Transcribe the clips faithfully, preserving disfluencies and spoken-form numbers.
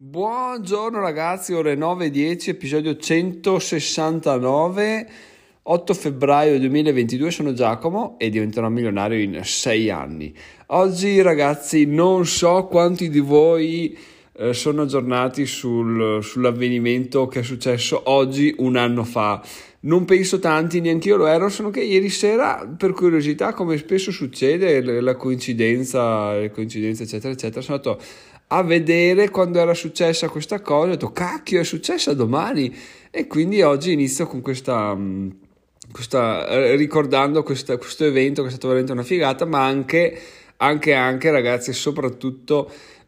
Buongiorno ragazzi, ore nove e dieci, episodio centosessantanove, otto febbraio duemilaventidue. Sono Giacomo e diventerò milionario in sei anni. Oggi ragazzi non so quanti di voi eh, sono aggiornati sul, sull'avvenimento che è successo oggi un anno fa. Non penso tanti, neanche io lo ero, solo che ieri sera per curiosità, come spesso succede, la coincidenza, le coincidenze eccetera eccetera, sono andato a vedere quando era successa questa cosa. Ho detto cacchio, è successa domani, e quindi oggi inizio con questa, questa ricordando questa, questo evento che è stato veramente una figata, ma anche anche anche ragazzi, soprattutto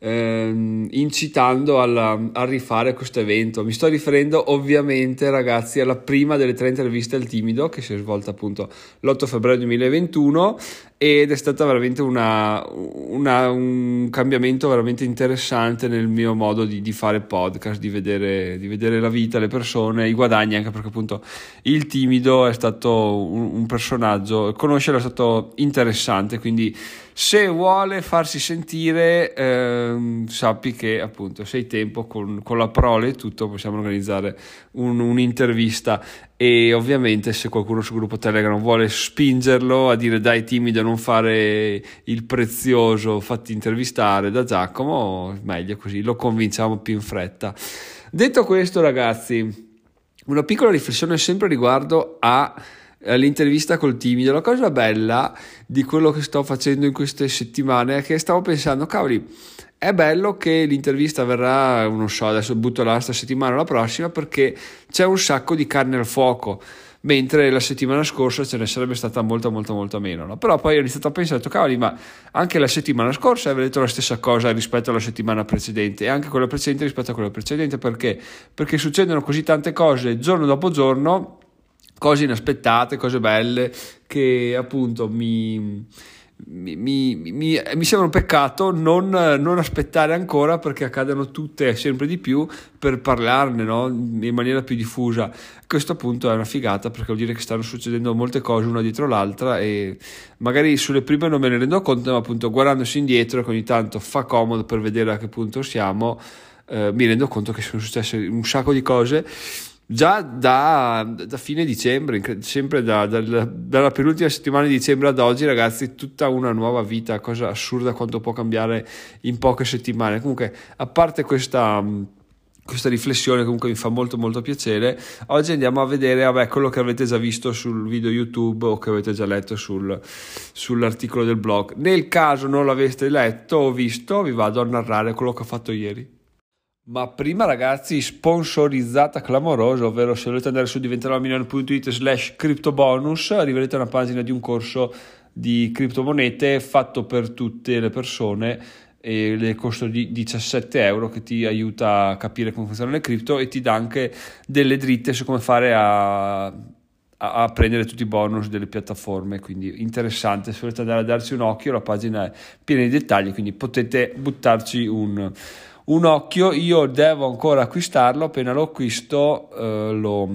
ehm, incitando alla, a rifare questo evento. Mi sto riferendo ovviamente ragazzi alla prima delle tre interviste al Timido, che si è svolta appunto l'otto febbraio duemilaventuno, ed è stata veramente una, una, un cambiamento veramente interessante nel mio modo di, di fare podcast, di vedere, di vedere la vita, le persone, i guadagni, anche perché appunto il Timido è stato un, un personaggio, conoscerlo è stato interessante, quindi se vuole farsi sentire ehm, sappi che appunto se hai tempo con, con la prole e tutto possiamo organizzare un, un'intervista. E ovviamente se qualcuno sul gruppo Telegram vuole spingerlo a dire dai Timido, non fare il prezioso, fatti intervistare da Giacomo, meglio così, lo convinciamo più in fretta. Detto questo ragazzi, una piccola riflessione sempre riguardo a all'intervista col Timido. La cosa bella di quello che sto facendo in queste settimane è che stavo pensando, cavoli, è bello che l'intervista verrà, non so, adesso butto là sta settimana o la prossima, perché c'è un sacco di carne al fuoco, mentre la settimana scorsa ce ne sarebbe stata molta molta molta meno, no? Però poi ho iniziato a pensare, ho detto, cavoli, ma anche la settimana scorsa avevo detto la stessa cosa rispetto alla settimana precedente, e anche quella precedente rispetto a quella precedente. Perché? Perché succedono così tante cose giorno dopo giorno, cose inaspettate, cose belle, che appunto mi, mi, mi, mi, mi sembra un peccato non, non aspettare ancora, perché accadono tutte sempre di più, per parlarne, no? In maniera più diffusa. Questo appunto è una figata, perché vuol dire che stanno succedendo molte cose una dietro l'altra, e magari sulle prime non me ne rendo conto, ma appunto guardandosi indietro, che ogni tanto fa comodo per vedere a che punto siamo, eh, mi rendo conto che sono successe un sacco di cose già da, da fine dicembre, sempre da, da, dalla penultima settimana di dicembre ad oggi ragazzi, tutta una nuova vita, cosa assurda quanto può cambiare in poche settimane. Comunque, a parte questa questa riflessione, comunque mi fa molto molto piacere, oggi andiamo a vedere vabbè, quello che avete già visto sul video YouTube o che avete già letto sul, sull'articolo del blog. Nel caso non l'aveste letto o visto, vi vado a narrare quello che ho fatto ieri. Ma prima ragazzi, sponsorizzata clamorosa, ovvero se volete andare su diventeromilionario punto it slash criptobonus, arriverete a una pagina di un corso di criptomonete fatto per tutte le persone, e le costo di diciassette euro, che ti aiuta a capire come funzionano le cripto e ti dà anche delle dritte su come fare a, a, a prendere tutti i bonus delle piattaforme. Quindi interessante, se volete andare a darci un occhio, la pagina è piena di dettagli, quindi potete buttarci un un occhio. Io devo ancora acquistarlo, appena lo acquisto eh, lo,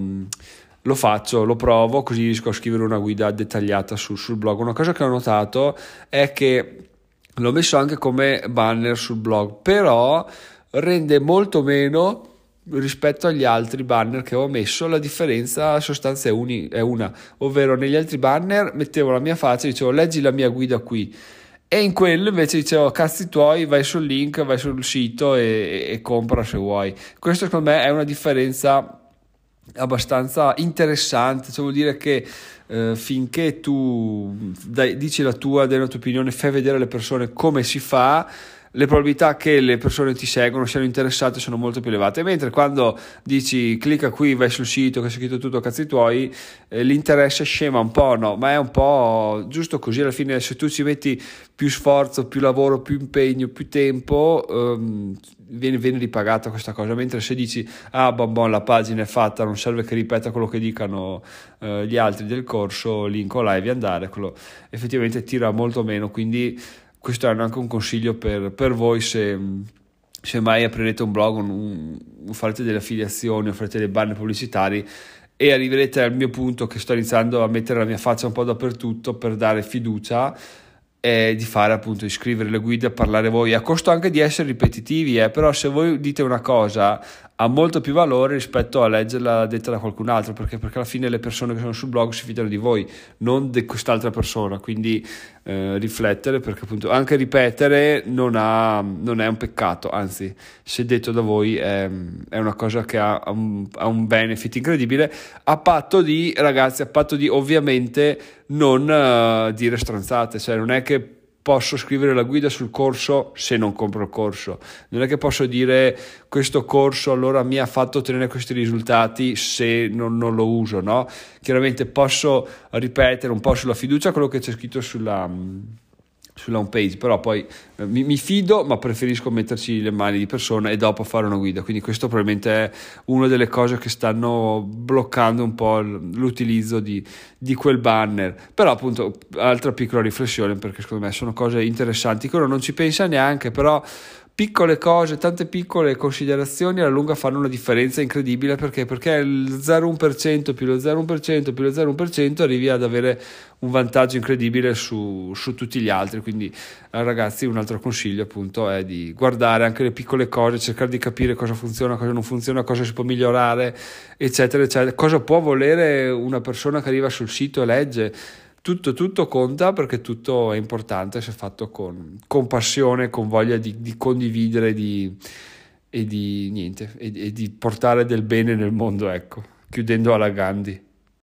lo faccio, lo provo, così riesco a scrivere una guida dettagliata sul, sul blog. Una cosa che ho notato è che l'ho messo anche come banner sul blog, però rende molto meno rispetto agli altri banner che ho messo. La differenza a sostanza è, uni, è una, ovvero negli altri banner mettevo la mia faccia e dicevo leggi la mia guida qui, e in quello invece dicevo cazzi tuoi, vai sul link, vai sul sito e, e compra se vuoi. Questo secondo me è una differenza abbastanza interessante, cioè vuol dire che eh, finché tu dai, dici la tua, dai la tua opinione, fai vedere alle persone come si fa, le probabilità che le persone ti seguono, siano interessate, sono molto più elevate. Mentre quando dici clicca qui, vai sul sito che è scritto tutto cazzi tuoi, eh, l'interesse scema un po', no? Ma è un po' giusto così. Alla fine, se tu ci metti più sforzo, più lavoro, più impegno, più tempo, ehm, viene, viene ripagata questa cosa. Mentre se dici ah bon bon, la pagina è fatta, non serve che ripeta quello che dicano eh, gli altri del corso, link o live andare, quello effettivamente tira molto meno. Quindi questo è anche un consiglio per, per voi, se, se mai aprirete un blog, un, un, farete delle affiliazioni o farete dei banner pubblicitari e arriverete al mio punto, che sto iniziando a mettere la mia faccia un po' dappertutto per dare fiducia. è di fare appunto, di scrivere le guide, parlare voi, a costo anche di essere ripetitivi, eh, però se voi dite una cosa ha molto più valore rispetto a leggerla detta da qualcun altro, perché, perché alla fine le persone che sono sul blog si fidano di voi, non di quest'altra persona, quindi eh, riflettere, perché appunto anche ripetere non, ha, non è un peccato, anzi se detto da voi è, è una cosa che ha, ha, un, ha un benefit incredibile, a patto di, ragazzi, a patto di ovviamente non uh, dire stronzate, cioè non è che posso scrivere la guida sul corso se non compro il corso, non è che posso dire questo corso allora mi ha fatto ottenere questi risultati se non, non lo uso, no? Chiaramente posso ripetere un po' sulla fiducia quello che c'è scritto sulla sulla home page, però poi eh, mi, mi fido, ma preferisco metterci le mani di persona e dopo fare una guida, quindi questo probabilmente è una delle cose che stanno bloccando un po' l'utilizzo di, di quel banner. Però appunto altra piccola riflessione, perché secondo me sono cose interessanti che uno non ci pensa neanche, però piccole cose, tante piccole considerazioni alla lunga fanno una differenza incredibile, perché perché il zero virgola uno per cento più lo zero virgola uno per cento più lo zero virgola uno per cento arrivi ad avere un vantaggio incredibile su, su tutti gli altri. Quindi eh, ragazzi, un altro consiglio appunto è di guardare anche le piccole cose, cercare di capire cosa funziona, cosa non funziona, cosa si può migliorare, eccetera eccetera, cosa può volere una persona che arriva sul sito e legge. Tutto, tutto conta, perché tutto è importante se fatto con, con passione, con voglia di, di condividere di, e di niente e, e di portare del bene nel mondo, ecco, chiudendo alla Gandhi.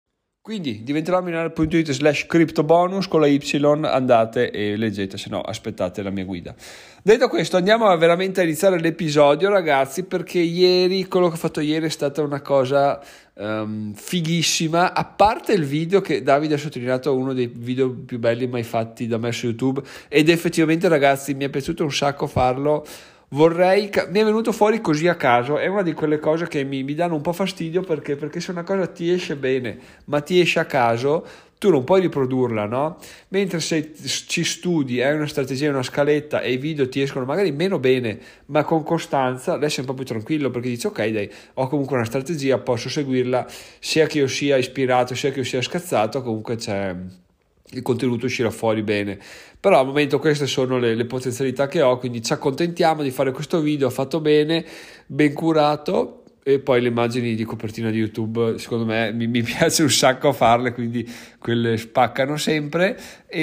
Quindi diventerà milionario punto it slash criptobonus con la Y, andate e leggete, se no aspettate la mia guida. Detto questo, andiamo a veramente a iniziare l'episodio, ragazzi, perché ieri, quello che ho fatto ieri è stata una cosa um, fighissima, a parte il video che Davide ha sottolineato, uno dei video più belli mai fatti da me su YouTube, ed effettivamente, ragazzi, mi è piaciuto un sacco farlo. Vorrei, mi è venuto fuori così a caso, è una di quelle cose che mi, mi danno un po' fastidio, perché, perché se una cosa ti esce bene ma ti esce a caso, tu non puoi riprodurla, no? Mentre se ci studi, hai una strategia, una scaletta e i video ti escono magari meno bene ma con costanza, adesso sei un po' più tranquillo, perché dici ok dai, ho comunque una strategia, posso seguirla, sia che io sia ispirato sia che io sia scazzato, comunque c'è, il contenuto uscirà fuori bene. Però al momento queste sono le, le potenzialità che ho, quindi ci accontentiamo di fare questo video fatto bene, ben curato, e poi le immagini di copertina di YouTube secondo me mi, mi piace un sacco farle, quindi quelle spaccano sempre,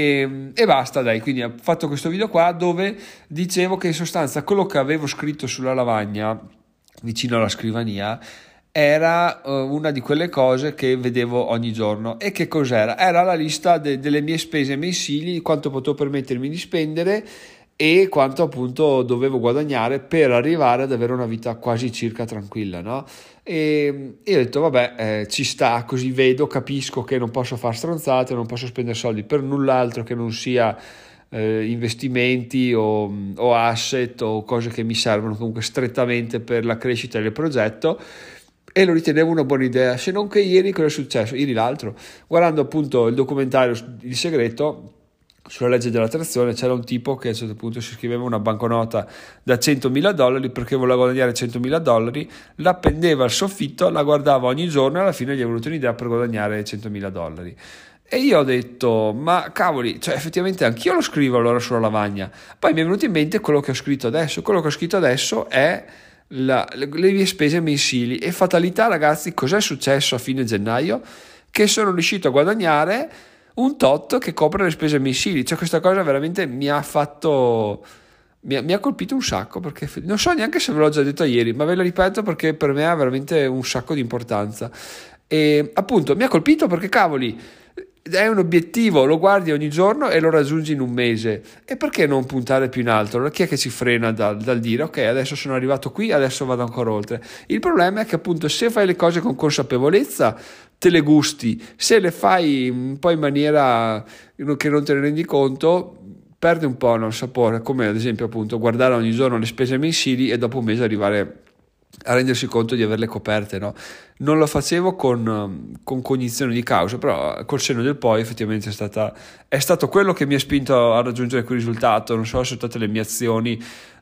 e, e basta dai. Quindi ho fatto questo video qua dove dicevo che in sostanza quello che avevo scritto sulla lavagna vicino alla scrivania era uh, una di quelle cose che vedevo ogni giorno. E che cos'era? Era la lista de- delle mie spese mensili, quanto potevo permettermi di spendere e quanto appunto dovevo guadagnare per arrivare ad avere una vita quasi circa tranquilla, no? E, e ho detto vabbè, eh, ci sta, così vedo, capisco che non posso fare stronzate, non posso spendere soldi per null'altro che non sia eh, investimenti o, o asset o cose che mi servono comunque strettamente per la crescita del progetto. E lo ritenevo una buona idea, se non che ieri cosa è successo? Ieri l'altro, guardando appunto il documentario Il Segreto sulla legge dell'attrazione, c'era un tipo che a un certo punto si scriveva una banconota da centomila dollari perché voleva guadagnare centomila dollari, la appendeva al soffitto, la guardava ogni giorno e alla fine gli è venuta un'idea per guadagnare centomila dollari. E io ho detto, ma cavoli, cioè effettivamente anch'io lo scrivo allora sulla lavagna. Poi mi è venuto in mente quello che ho scritto adesso, quello che ho scritto adesso è La, le, le mie spese mensili, e fatalità ragazzi, cos'è successo a fine gennaio? Che sono riuscito a guadagnare un tot che copre le spese mensili. Cioè questa cosa veramente mi ha fatto mi ha, mi ha colpito un sacco, perché non so neanche se ve l'ho già detto ieri, ma ve lo ripeto perché per me ha veramente un sacco di importanza. E appunto mi ha colpito perché cavoli, è un obiettivo, lo guardi ogni giorno e lo raggiungi in un mese, e perché non puntare più in alto? Allora chi è che ci frena dal, dal dire ok, adesso sono arrivato qui, adesso vado ancora oltre? Il problema è che appunto se fai le cose con consapevolezza te le gusti, se le fai un po' in maniera che non te ne rendi conto perde un po' il sapore, come ad esempio appunto guardare ogni giorno le spese mensili e dopo un mese arrivare a rendersi conto di averle coperte, no? Non lo facevo con, con cognizione di causa, però col senno del poi effettivamente è, stata, è stato quello che mi ha spinto a raggiungere quel risultato. Non so se tutte le mie azioni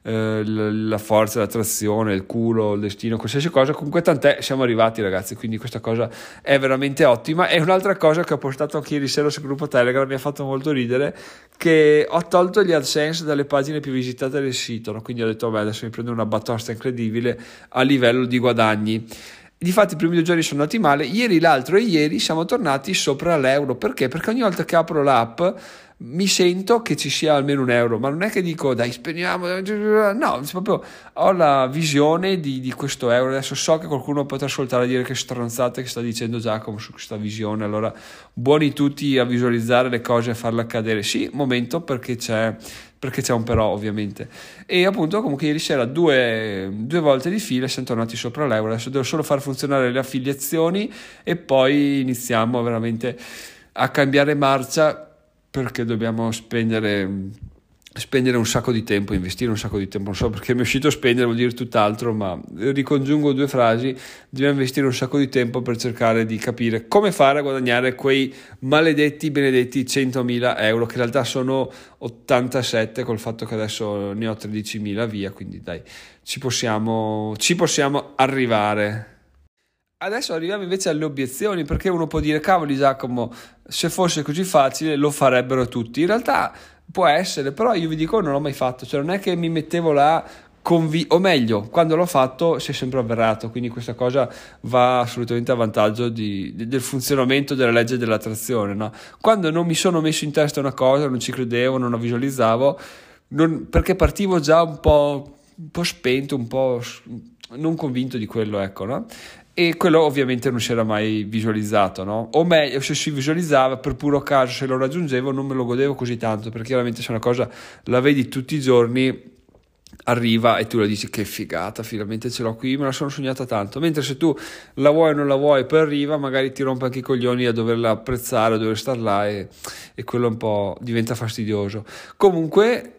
eh, la forza, l'attrazione, il culo, il destino, qualsiasi cosa, comunque tant'è, siamo arrivati ragazzi, quindi questa cosa è veramente ottima. E un'altra cosa che ho postato anche ieri sera sul gruppo Telegram, mi ha fatto molto ridere, che ho tolto gli AdSense dalle pagine più visitate del sito, no? Quindi ho detto vabbè, adesso mi prendo una batosta incredibile a livello di guadagni. Difatti i primi due giorni sono andati male, ieri, l'altro e ieri siamo tornati sopra l'euro. Perché? Perché ogni volta che apro l'app mi sento che ci sia almeno un euro, ma non è che dico dai spegniamo, no, proprio ho la visione di, di questo euro. Adesso so che qualcuno potrà ascoltare a dire che stronzate che sta dicendo Giacomo su questa visione, allora buoni tutti a visualizzare le cose e a farle accadere. Sì, momento, perché c'è perché c'è un però ovviamente. E appunto comunque ieri sera due, due volte di fila siamo tornati sopra l'euro. Adesso devo solo far funzionare le affiliazioni e poi iniziamo veramente a cambiare marcia, perché dobbiamo spendere spendere un sacco di tempo, investire un sacco di tempo, non so perché mi è uscito spendere, vuol dire tutt'altro, ma ricongiungo due frasi. Dobbiamo investire un sacco di tempo per cercare di capire come fare a guadagnare quei maledetti, benedetti centomila euro, che in realtà sono ottantasette col fatto che adesso ne ho tredicimila via, quindi dai, ci possiamo, ci possiamo arrivare. Adesso arriviamo invece alle obiezioni, perché uno può dire cavoli Giacomo, se fosse così facile lo farebbero tutti. In realtà può essere, però io vi dico non l'ho mai fatto, cioè non è che mi mettevo là convi- o meglio, quando l'ho fatto si è sempre avverato, quindi questa cosa va assolutamente a vantaggio di, di, del funzionamento della legge dell'attrazione, no? Quando non mi sono messo in testa una cosa, non ci credevo, non la visualizzavo, non, perché partivo già un po', un po' spento, un po' non convinto di quello, ecco, no? E quello ovviamente non si era mai visualizzato, no? O meglio, se si visualizzava per puro caso, se lo raggiungevo non me lo godevo così tanto, perché chiaramente se una cosa la vedi tutti i giorni arriva e tu la dici che figata, finalmente ce l'ho qui, me la sono sognata tanto. Mentre se tu la vuoi o non la vuoi, poi arriva, magari ti rompe anche i coglioni a doverla apprezzare, a dover star là, e, e quello un po' diventa fastidioso. Comunque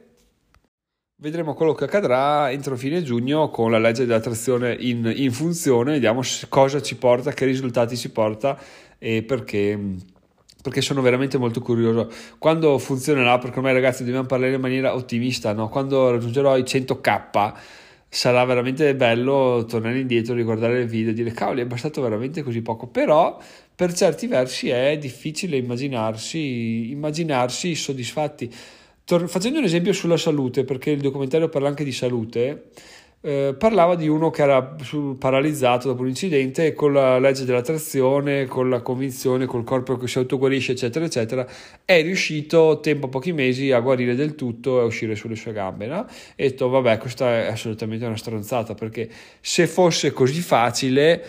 vedremo quello che accadrà entro fine giugno con la legge dell'attrazione in, in funzione, vediamo cosa ci porta, che risultati ci porta e perché, perché sono veramente molto curioso quando funzionerà, perché ormai ragazzi dobbiamo parlare in maniera ottimista, no? Quando raggiungerò i cento k sarà veramente bello tornare indietro, riguardare il video e dire cavoli è bastato veramente così poco, però per certi versi è difficile immaginarsi, immaginarsi soddisfatti. Facendo un esempio sulla salute, perché il documentario parla anche di salute, eh, parlava di uno che era paralizzato dopo un incidente e con la legge dell'attrazione, con la convinzione, col corpo che si autoguarisce eccetera eccetera, è riuscito tempo pochi mesi a guarire del tutto e a uscire sulle sue gambe, no? E ho detto vabbè, questa è assolutamente una stronzata, perché se fosse così facile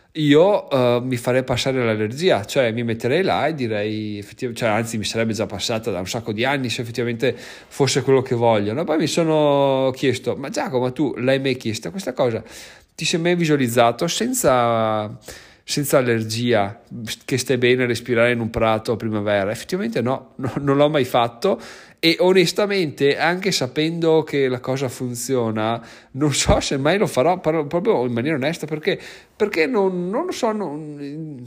io uh, mi farei passare l'allergia, cioè mi metterei là e direi effettivamente, cioè anzi mi sarebbe già passata da un sacco di anni se effettivamente fosse quello che vogliono. Poi mi sono chiesto, ma Giacomo, ma tu l'hai mai chiesta questa cosa? Ti sei mai visualizzato senza, senza allergia, che stai bene a respirare in un prato a primavera? Effettivamente no, no, non l'ho mai fatto. E onestamente, anche sapendo che la cosa funziona, non so se mai lo farò, parlo proprio in maniera onesta, perché, perché non, non lo so, non,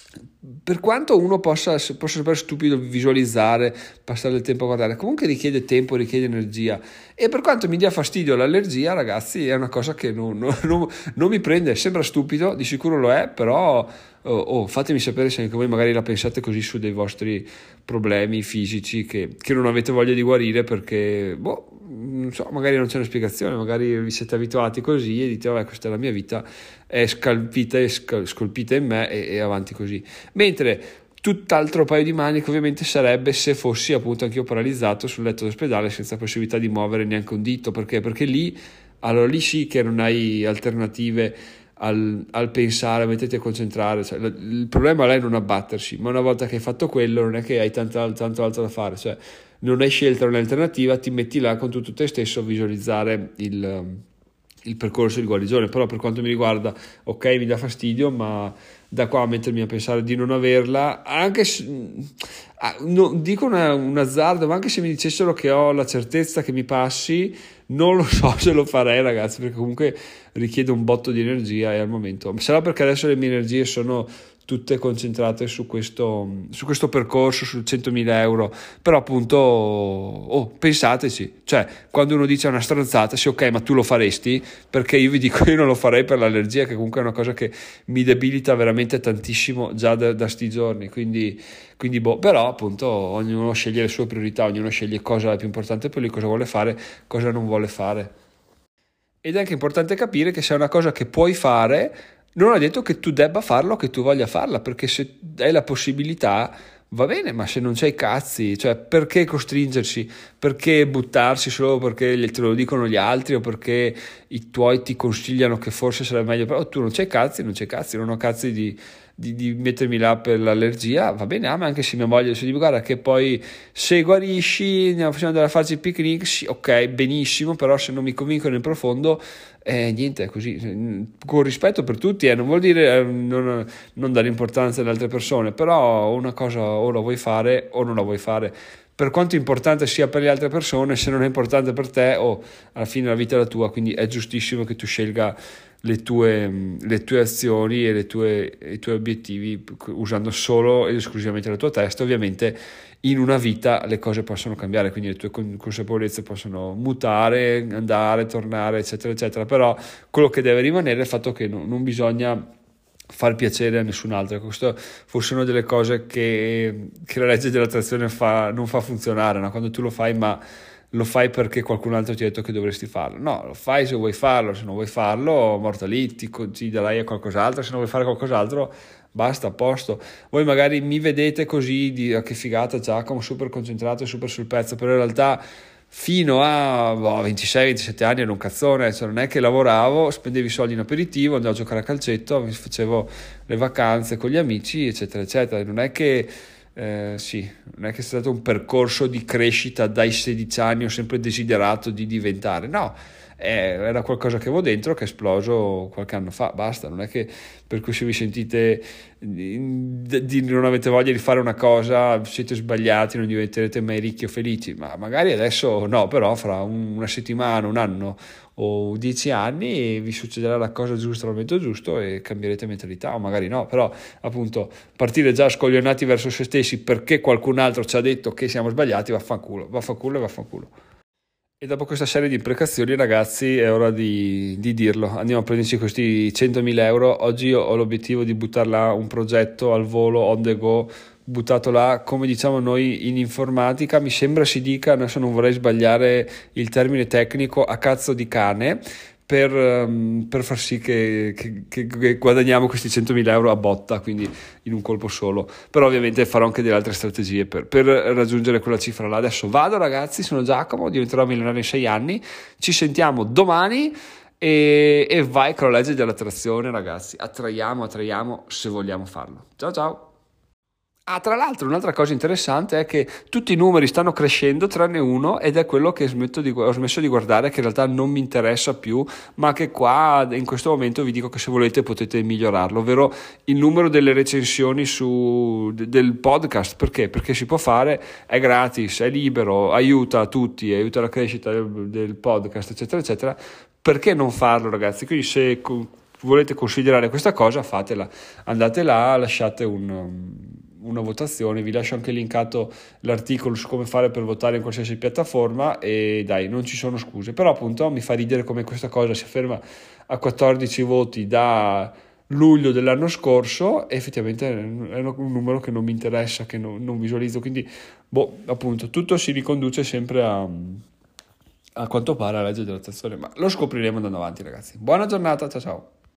per quanto uno possa, possa sembrare stupido visualizzare, passare del tempo a guardare, comunque richiede tempo, richiede energia. E per quanto mi dia fastidio l'allergia, ragazzi, è una cosa che non, non, non, non mi prende, sembra stupido, di sicuro lo è, però oh, oh, fatemi sapere se anche voi magari la pensate così su dei vostri problemi fisici che, che non avete voglia di guarire, perché boh, non so, magari non c'è una spiegazione, magari vi siete abituati così e dite vabbè, questa è la mia vita, è scalpita e scal- scolpita in me e, e avanti così. Mentre tutt'altro paio di maniche ovviamente sarebbe se fossi appunto anch'io paralizzato sul letto d'ospedale senza possibilità di muovere neanche un dito. Perché? Perché lì, allora lì sì che non hai alternative al, al pensare, mettete a concentrare, cioè, il problema è non abbattersi, ma una volta che hai fatto quello non è che hai tanto, tanto altro da fare, cioè non hai scelta, non hai alternativa, ti metti là con tutto te stesso a visualizzare il, il percorso di guarigione. Però per quanto mi riguarda, ok, mi dà fastidio, ma da qua a mettermi a pensare di non averla, anche se, no, dico una, un azzardo, ma anche se mi dicessero che ho la certezza che mi passi, non lo so se lo farei, ragazzi, perché comunque richiede un botto di energia e al momento sarà perché adesso le mie energie sono tutte concentrate su questo, su questo percorso, su centomila euro, però appunto, oh, pensateci, cioè quando uno dice una stronzata, sì, ok, ma tu lo faresti? Perché io vi dico, io non lo farei per l'allergia, che comunque è una cosa che mi debilita veramente tantissimo già da, da sti giorni, quindi, quindi boh, però appunto ognuno sceglie le sue priorità, ognuno sceglie cosa è più importante per lui, cosa vuole fare, cosa non vuole fare. Ed è anche importante capire che se è una cosa che puoi fare, non è detto che tu debba farlo o che tu voglia farla, perché se hai la possibilità va bene, ma se non c'hai cazzi, cioè perché costringersi, perché buttarsi solo perché te lo dicono gli altri o perché i tuoi ti consigliano che forse sarebbe meglio, però tu non c'hai cazzi, non c'hai cazzi, non ho cazzi di, di, di mettermi là per l'allergia, va bene, ah, ma anche se mia moglie si dice guarda che poi se guarisci andiamo facciamo andare a farci il picnic, sì, ok, benissimo, però se non mi convinco nel profondo, eh, niente, è così, con rispetto per tutti, eh, non vuol dire eh, non, non dare importanza alle altre persone, però una cosa o la vuoi fare o non la vuoi fare, per quanto importante sia per le altre persone, se non è importante per te, o oh, alla fine la vita è la tua, quindi è giustissimo che tu scelga le tue, le tue azioni e le tue, i tuoi obiettivi usando solo ed esclusivamente la tua testa. Ovviamente in una vita le cose possono cambiare, quindi le tue consapevolezze possono mutare, andare, tornare, eccetera, eccetera, però quello che deve rimanere è il fatto che non, non bisogna far piacere a nessun altro. Questo forse una delle cose che, che la legge dell'attrazione fa, non fa funzionare, no? Quando tu lo fai ma lo fai perché qualcun altro ti ha detto che dovresti farlo, no, lo fai se vuoi farlo, se non vuoi farlo morta lì, ti, ti darai a qualcos'altro, se non vuoi fare qualcos'altro basta, a posto. Voi magari mi vedete così, di, ah, che figata Giacomo, super concentrato, super sul pezzo, però in realtà fino a boh, ventisei ventisette anni ero un cazzone, cioè non è che lavoravo, spendevo i soldi in aperitivo, andavo a giocare a calcetto, mi facevo le vacanze con gli amici, eccetera, eccetera. Non è che eh, sì, non è che sia stato un percorso di crescita dai sedici anni, ho sempre desiderato di diventare, no, eh, era qualcosa che avevo dentro che è esploso qualche anno fa, basta. Non è che per cui se vi sentite di, di non avete voglia di fare una cosa siete sbagliati, non diventerete mai ricchi o felici, ma magari adesso no, però fra un, una settimana, un anno o dieci anni vi succederà la cosa giusta al momento giusto e cambierete mentalità, o magari no, però appunto partire già scoglionati verso se stessi perché qualcun altro ci ha detto che siamo sbagliati, vaffanculo, vaffanculo e vaffanculo. E dopo questa serie di imprecazioni, ragazzi, è ora di, di dirlo. Andiamo a prenderci questi centomila euro. Oggi io ho l'obiettivo di buttar là un progetto al volo, on the go, buttato là, come diciamo noi in informatica, mi sembra si dica, adesso non vorrei sbagliare il termine tecnico, a cazzo di cane, per, um, per far sì che, che, che, che guadagniamo questi centomila euro a botta, quindi in un colpo solo. Però ovviamente farò anche delle altre strategie per, per raggiungere quella cifra là. Adesso vado, ragazzi, sono Giacomo, diventerò milionario in sei anni, ci sentiamo domani e, e vai con la legge dell'attrazione, ragazzi, attraiamo, attraiamo se vogliamo farlo. Ciao ciao! Ah, tra l'altro un'altra cosa interessante è che tutti i numeri stanno crescendo tranne uno, ed è quello che smetto di, ho smesso di guardare, che in realtà non mi interessa più, ma che qua in questo momento vi dico che se volete potete migliorarlo, ovvero il numero delle recensioni su, del podcast. Perché? Perché si può fare, è gratis, è libero, aiuta tutti, aiuta la crescita del, del podcast, eccetera, eccetera. Perché non farlo, ragazzi? Quindi se volete considerare questa cosa, fatela, andate là, lasciate un... una votazione, vi lascio anche linkato l'articolo su come fare per votare in qualsiasi piattaforma e dai, non ci sono scuse, però appunto mi fa ridere come questa cosa si ferma a quattordici voti da luglio dell'anno scorso e effettivamente è un numero che non mi interessa, che non, non visualizzo, quindi boh, appunto tutto si riconduce sempre a, a quanto pare alla legge dell'attrazione, ma lo scopriremo andando avanti, ragazzi. Buona giornata, ciao ciao!